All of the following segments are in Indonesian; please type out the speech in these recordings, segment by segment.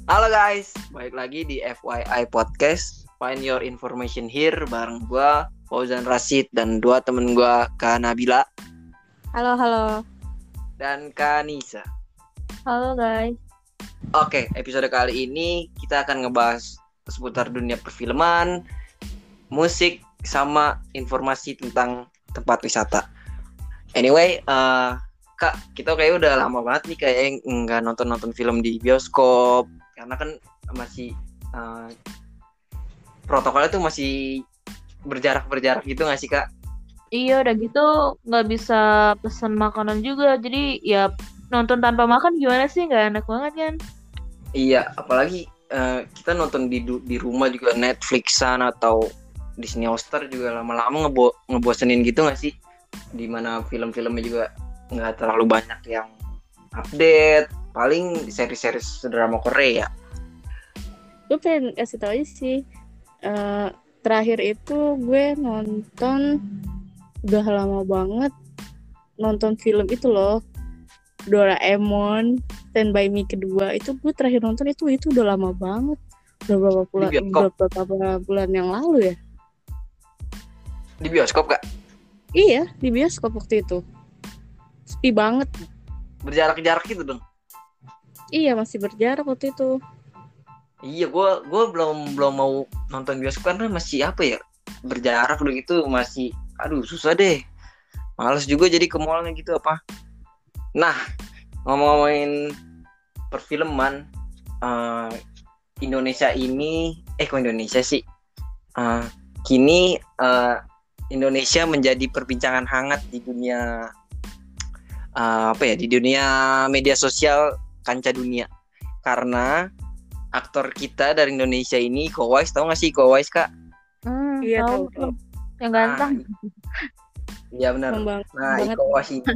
Halo guys, balik lagi di FYI Podcast. Find your information here bareng gua Fauzan Rashid dan dua temen gua, Kak Nabila Halo. dan Kak Nisa. Halo guys. Oke, episode kali ini kita akan ngebahas seputar dunia perfilman, musik, sama informasi tentang tempat wisata. Anyway, Kak, kita kayak udah lama banget nih kayak nggak nonton film di bioskop karena kan masih protokolnya tuh masih berjarak gitu nggak sih, Kak? Iya udah gitu nggak bisa pesan makanan juga. Jadi ya nonton tanpa makan gimana sih? Nggak enak banget kan? Iya, apalagi kita nonton di rumah juga Netflixan atau Disney Hotstar juga lama-lama ngebosenin gitu nggak sih? Dimana film-filmnya juga nggak terlalu banyak yang update, paling seri-seri drama Korea. Gue pengen kasih tau aja sih, terakhir itu gue nonton udah lama banget, nonton film itu loh, Doraemon Stand By Me kedua. Itu gue terakhir nonton itu udah lama banget, udah beberapa bulan yang lalu ya. Di bioskop, Kak? Iya, di bioskop waktu itu. Sepi banget. Berjarak gitu dong. Iya, masih berjarak waktu itu. Iya, gue belum mau nonton bioskop karena masih apa ya, berjarak udah gitu masih, aduh susah deh, males juga jadi ke mallnya gitu apa. Nah, ngomongin perfilman, Indonesia ini, kok Indonesia sih? Kini Indonesia menjadi perbincangan hangat di dunia di dunia media sosial kancah dunia karena aktor kita dari Indonesia ini Iko Uwais. Tahu nggak sih Iko Uwais, Kak? Iya, tahu. Yang ganteng. Iya benar. Nah, banget. Iko Uwais ini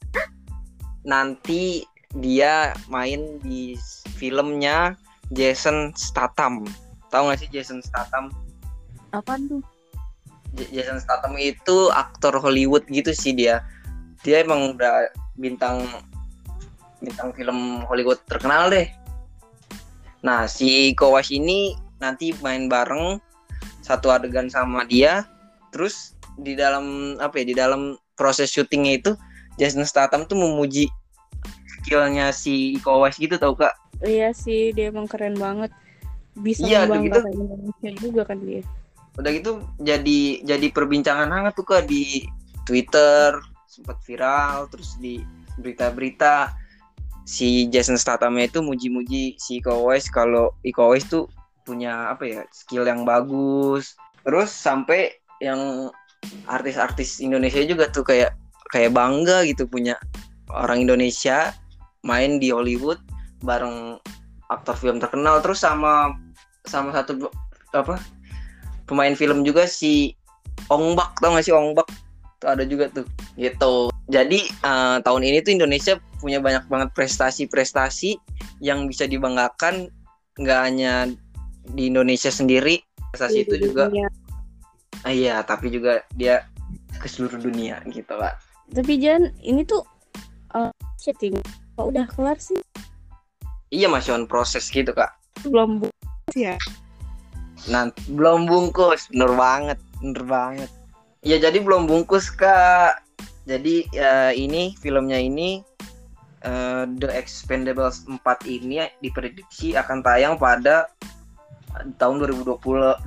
nanti dia main di filmnya Jason Statham. Tahu nggak sih Jason Statham? Apaan tuh? Jason Statham itu aktor Hollywood gitu sih dia. Dia emang udah bintang film Hollywood terkenal deh. Nah, si Iko Uwais ini nanti main bareng satu adegan sama dia. Terus di dalam proses syutingnya itu Jason Statham tuh memuji skillnya si Iko Uwais gitu, tau Kak? Iya sih, dia emang keren banget. Bisa membanggakan Indonesia juga kan dia. Udah gitu jadi perbincangan hangat tuh Kak di Twitter, sempat viral, terus di berita-berita si Jason Statham itu muji-muji si Iko Uwais kalau Iko Uwais tuh punya skill yang bagus. Terus sampai yang artis-artis Indonesia juga tuh kayak bangga gitu punya orang Indonesia main di Hollywood bareng aktor film terkenal. Terus sama satu pemain film juga si Ong Bak, tau gak sih Ong Bak? Tuh ada juga tuh gitu. Jadi tahun ini tuh Indonesia punya banyak banget prestasi-prestasi yang bisa dibanggakan, nggak hanya di Indonesia sendiri. Prestasi itu juga iya, tapi juga dia ke seluruh dunia gitu Kak. Tapi Jan, ini tuh chatting kok udah kelar sih? Iya, masih on proses gitu Kak. Belum bungkus ya? Belum bungkus, bener banget. Ya jadi belum bungkus Kak. Jadi ini filmnya ini The Expendables 4 ini diprediksi akan tayang pada tahun 2022.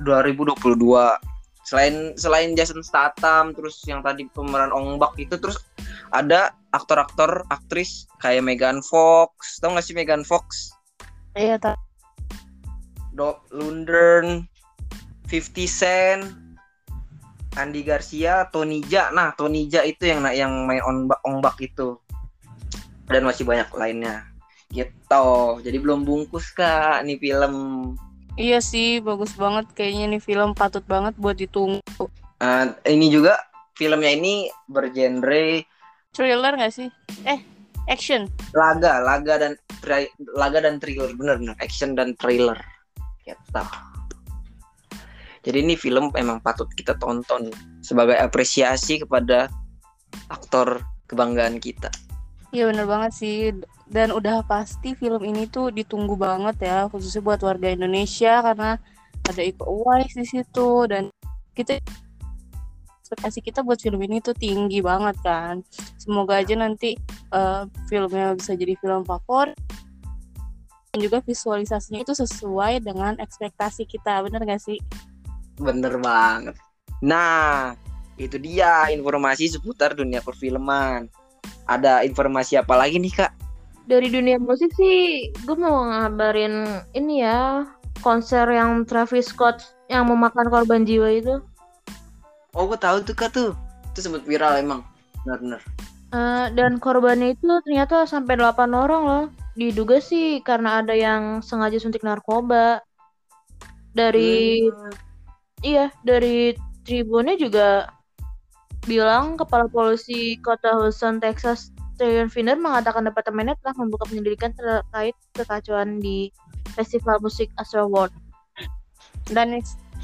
Selain Jason Statham, terus yang tadi pemeran Ong Bak itu, terus ada aktor-aktor, aktris kayak Megan Fox. Tahu nggak sih Megan Fox? Iya, tahu. Dolph Lundgren, 50 Cent, Andy Garcia, Tony Jaa. Nah, Tony Jaa itu yang main Ong Bak itu. Dan masih banyak lainnya. Gitu. Jadi belum bungkus Kak nih film. Iya sih, bagus banget kayaknya nih film, patut banget buat ditunggu. Ini juga filmnya ini bergenre thriller nggak sih? Action. Laga dan thriller, bener action dan thriller. Gitu. Jadi ini film emang patut kita tonton sebagai apresiasi kepada aktor kebanggaan kita. Iya bener banget sih. Dan udah pasti film ini tuh ditunggu banget ya, khususnya buat warga Indonesia karena ada Iko Uwais di situ dan kita ekspektasi kita buat film ini tuh tinggi banget kan. Semoga aja nanti filmnya bisa jadi film favorit dan juga visualisasinya itu sesuai dengan ekspektasi kita. Bener gak sih? Bener banget. Nah, itu dia informasi seputar dunia perfilman. Ada informasi apa lagi nih, Kak? Dari dunia musik sih, gue mau ngabarin ini ya, konser yang Travis Scott yang memakan korban jiwa itu. Oh, gue tahu tuh, Kak tuh. Itu sempat viral emang. Benar-benar. Dan korbannya itu ternyata sampai 8 orang loh. Diduga sih karena ada yang sengaja suntik narkoba. Dari dari Tribunnya juga bilang kepala polisi kota Houston, Texas, Trayvon Finner mengatakan departemennya telah membuka penyelidikan terkait kekacauan di festival musik Astroworld. Dan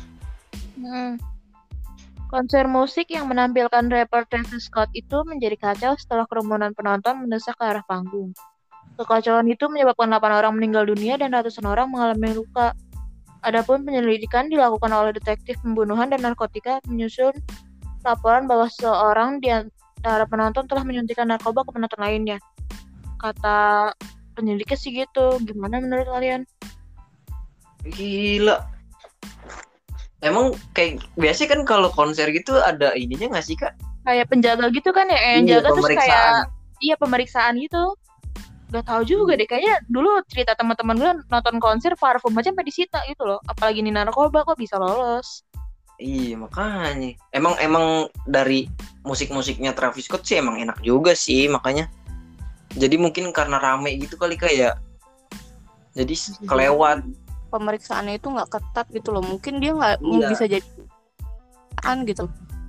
konser musik yang menampilkan rapper Travis Scott itu menjadi kacau setelah kerumunan penonton mendesak ke arah panggung. Kekacauan itu menyebabkan 8 orang meninggal dunia dan ratusan orang mengalami luka. Adapun penyelidikan dilakukan oleh detektif pembunuhan dan narkotika menyusul laporan bahwa seorang di antara penonton telah menyuntikkan narkoba ke penonton lainnya. Kata penyelidiknya sih gitu. Gimana menurut kalian? Gila. Emang kayak biasanya kan kalau konser gitu ada ininya nggak sih, Kak? Kayak penjaga gitu kan ya, yang Iya, jaga terus pemeriksaan. kayak pemeriksaan gitu. Gak tahu juga deh, kayaknya dulu cerita teman-teman gue nonton konser parfum aja sampai disita gitu loh. Apalagi ini narkoba kok bisa lolos. Iya, makanya. Emang dari musik-musiknya Travis Scott sih emang enak juga sih, makanya. Jadi mungkin karena rame gitu kali kayak. Jadi kelewat. pemeriksaannya itu nggak ketat gitu loh. Mungkin dia nggak Iya. bisa jadi gitu.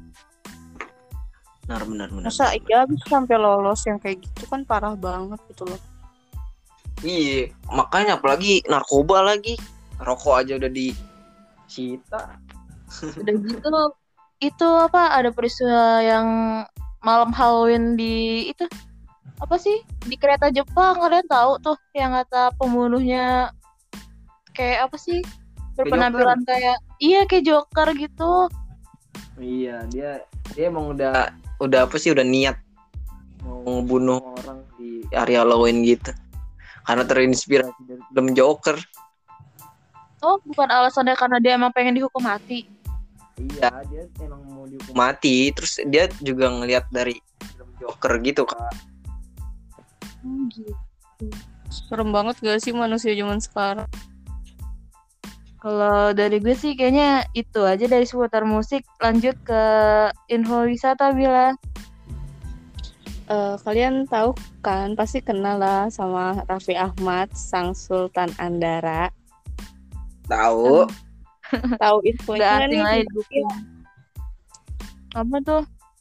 Benar. Masa iya bisa sampai lolos yang kayak gitu kan parah banget gitu loh. Iya, makanya apalagi narkoba lagi. Rokok aja udah disita. Udah gitu itu apa ada peristiwa yang malam Halloween di itu apa sih di kereta Jepang, kalian tahu tuh yang kata pembunuhnya kayak apa sih berpenampilan kayak kayak Joker gitu. Iya, dia emang udah apa sih udah niat mau bunuh orang di area Halloween gitu. Karena terinspirasi dari film Joker. Oh, bukan alasannya karena dia emang pengen dihukum mati. Iya, dia emang mau dihukum mati. Terus dia juga ngelihat dari film Joker gitu, Kak. Gitu. Serem banget gak sih manusia zaman sekarang? Kalau dari gue sih kayaknya itu aja dari seputar musik. Lanjut ke info wisata, Bila. Kalian tahu kan, pasti kenal lah sama Raffi Ahmad, sang Sultan Andara. Tahu. Tahu infonya Gak asing nih? aja dukung. Apa tuh?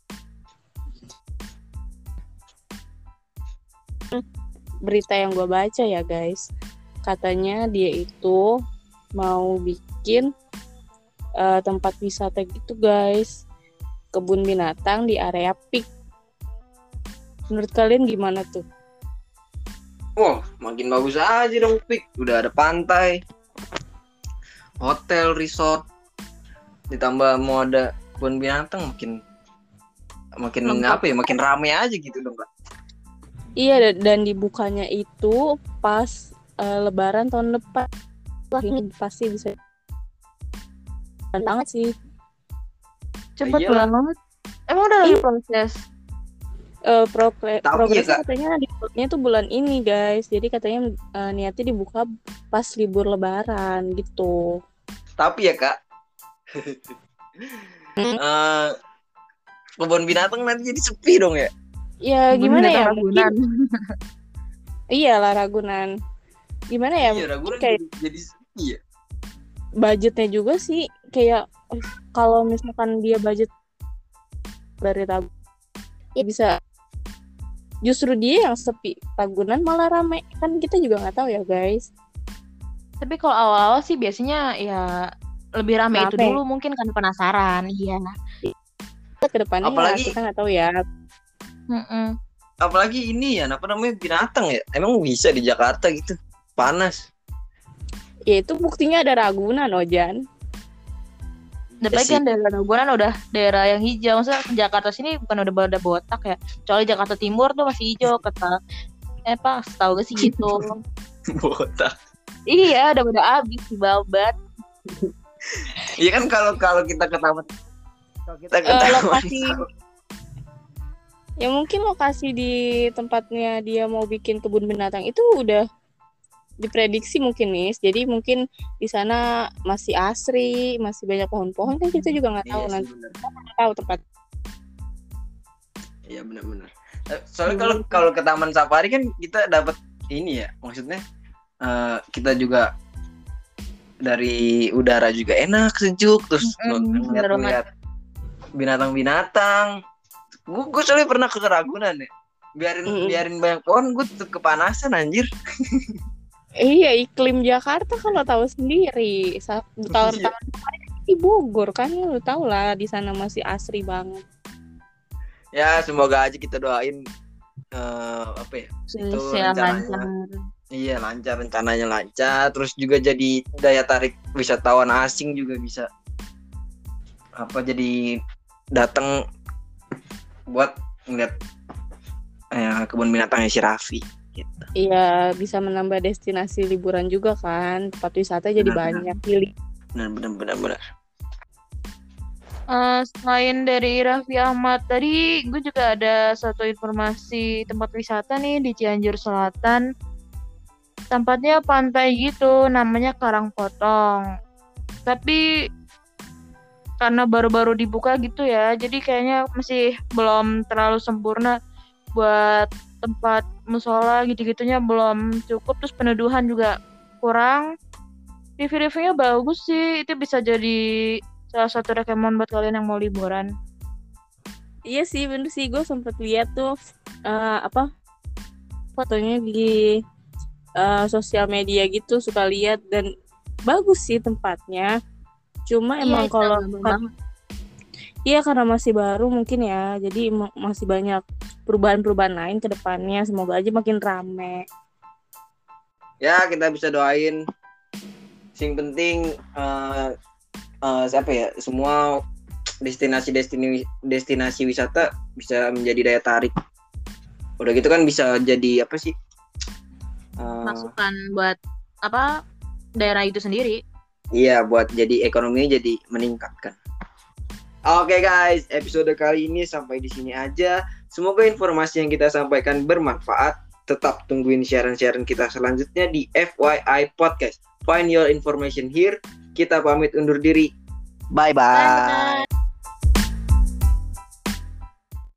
Berita yang gue baca ya guys, katanya dia itu mau bikin tempat wisata gitu guys, kebun binatang di area Pik. Menurut kalian gimana tuh? Wah, makin bagus aja dong, Pik. Udah ada pantai, hotel, resort, ditambah mau ada kebun binatang, makin apa ya, makin rame aja gitu dong, Kak. Iya, dan dibukanya itu pas Lebaran tahun depan. Wah, ini pasti bisa banget sih. Cepet Iyalah. banget. Emang udah lagi proses? Progresnya katanya dibukanya itu bulan ini guys. Jadi katanya niatnya dibuka pas libur Lebaran gitu. Tapi ya, Kak, kebun binatang nanti jadi sepi dong ya. Ya gimana ya, Ragunan. Iya lah, Ragunan. Gimana ya, Iya, Ragunan kayak jadi sepi ya. budgetnya juga sih kayak kalau misalkan dia budget dari Ragunan ya bisa, justru dia yang sepi, Ragunan malah rame. Kan kita juga nggak tahu ya guys. Tapi kalau awal-awal sih biasanya ya lebih rame itu dulu mungkin kan penasaran. Iya. Kedepannya apalagi kita nggak tahu ya. apalagi ini ya, apa namanya, binatang ya. Emang bisa di Jakarta gitu, panas. Ya itu buktinya ada Ragunan, Ojan. Tapi sih. kan daerah Ragunan udah daerah yang hijau. Maksudnya Jakarta sini bukan udah botak ya. Kecuali Jakarta Timur tuh masih hijau kata. Pak, tahu gak sih gitu. Botak. Iya, udah pada habis di babat. Iya kan kalau kita ke taman, Lokasi ya mungkin lokasi di tempatnya dia mau bikin kebun binatang itu udah diprediksi mungkin nih. Jadi mungkin di sana masih asri, masih banyak pohon-pohon kan kita juga nggak tahu iya nanti. sih, bener. Kita nggak tahu tempat. Iya benar-benar. Soalnya kalau ke taman safari kan kita dapat ini ya, maksudnya kita juga dari udara juga enak, sejuk, terus ngeliat binatang-binatang. Gue soalnya pernah ke Ragunan ya. Biarin banyak pohon, gue tetep kepanasan anjir. Iya, iklim Jakarta kan lo tahu sendiri. Tahun di Bogor kan lo tau lah di sana masih asri banget. Ya semoga aja kita doain apa ya? Itu rencananya. Iya lancar, rencananya lancar. Terus juga jadi daya tarik wisatawan asing juga bisa jadi datang buat ngeliat kebun binatangnya si Raffi gitu. Iya, bisa menambah destinasi liburan juga kan. Tempat wisata jadi banyak pilih. Benar. Selain dari Raffi Ahmad tadi, gue juga ada satu informasi tempat wisata nih di Cianjur Selatan. Tempatnya pantai gitu, namanya Karangpotong. Tapi karena baru-baru dibuka gitu ya, jadi kayaknya masih belum terlalu sempurna buat tempat musola gitu-gitunya belum cukup, terus peneduhan juga kurang. Review-reviewnya bagus sih, itu bisa jadi salah satu rekomen buat kalian yang mau liburan. Iya sih, bener sih, gue sempet lihat tuh fotonya di sosial media gitu, suka lihat dan bagus sih tempatnya. Cuma emang kalau karena masih baru mungkin ya, jadi masih banyak perubahan-perubahan lain ke depannya. Semoga aja makin rame. Ya kita bisa doain. Sing penting semua destinasi wisata bisa menjadi daya tarik. Udah gitu kan bisa jadi apa sih? Masukan buat daerah itu sendiri. Iya, buat jadi ekonominya jadi meningkat kan. Oke guys, episode kali ini sampai di sini aja. Semoga informasi yang kita sampaikan bermanfaat. Tetap tungguin siaran-siaran kita selanjutnya di FYI Podcast. Find your information here. Kita pamit undur diri. Bye-bye.